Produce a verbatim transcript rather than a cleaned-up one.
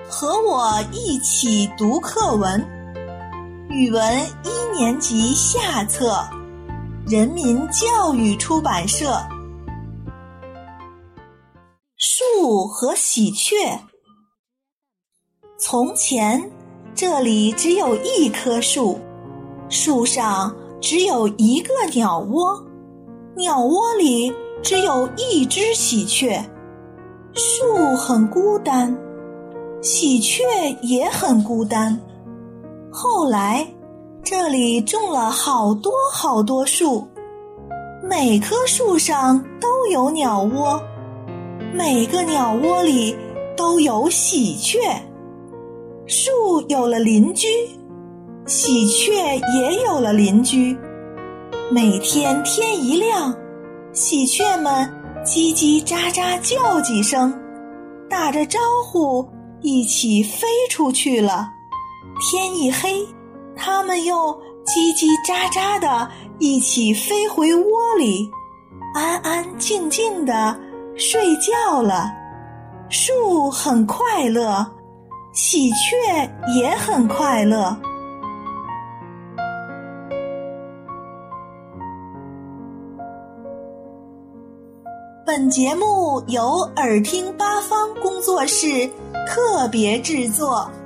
和我一起读课文。语文一年级下册，人民教育出版社。树和喜鹊。从前，这里只有一棵树，树上只有一个鸟窝，鸟窝里只有一只喜鹊。树很孤单，喜鹊也很孤单。后来，这里种了好多好多树，每棵树上都有鸟窝，每个鸟窝里都有喜鹊。树有了邻居，喜鹊也有了邻居。每天天一亮，喜鹊们叽叽喳喳叫几声，打着招呼一起飞出去了。天一黑，它们又叽叽喳喳地一起飞回窝里，安安静静地睡觉了。树很快乐，喜鹊也很快乐。本节目由耳听八方工作室特别制作。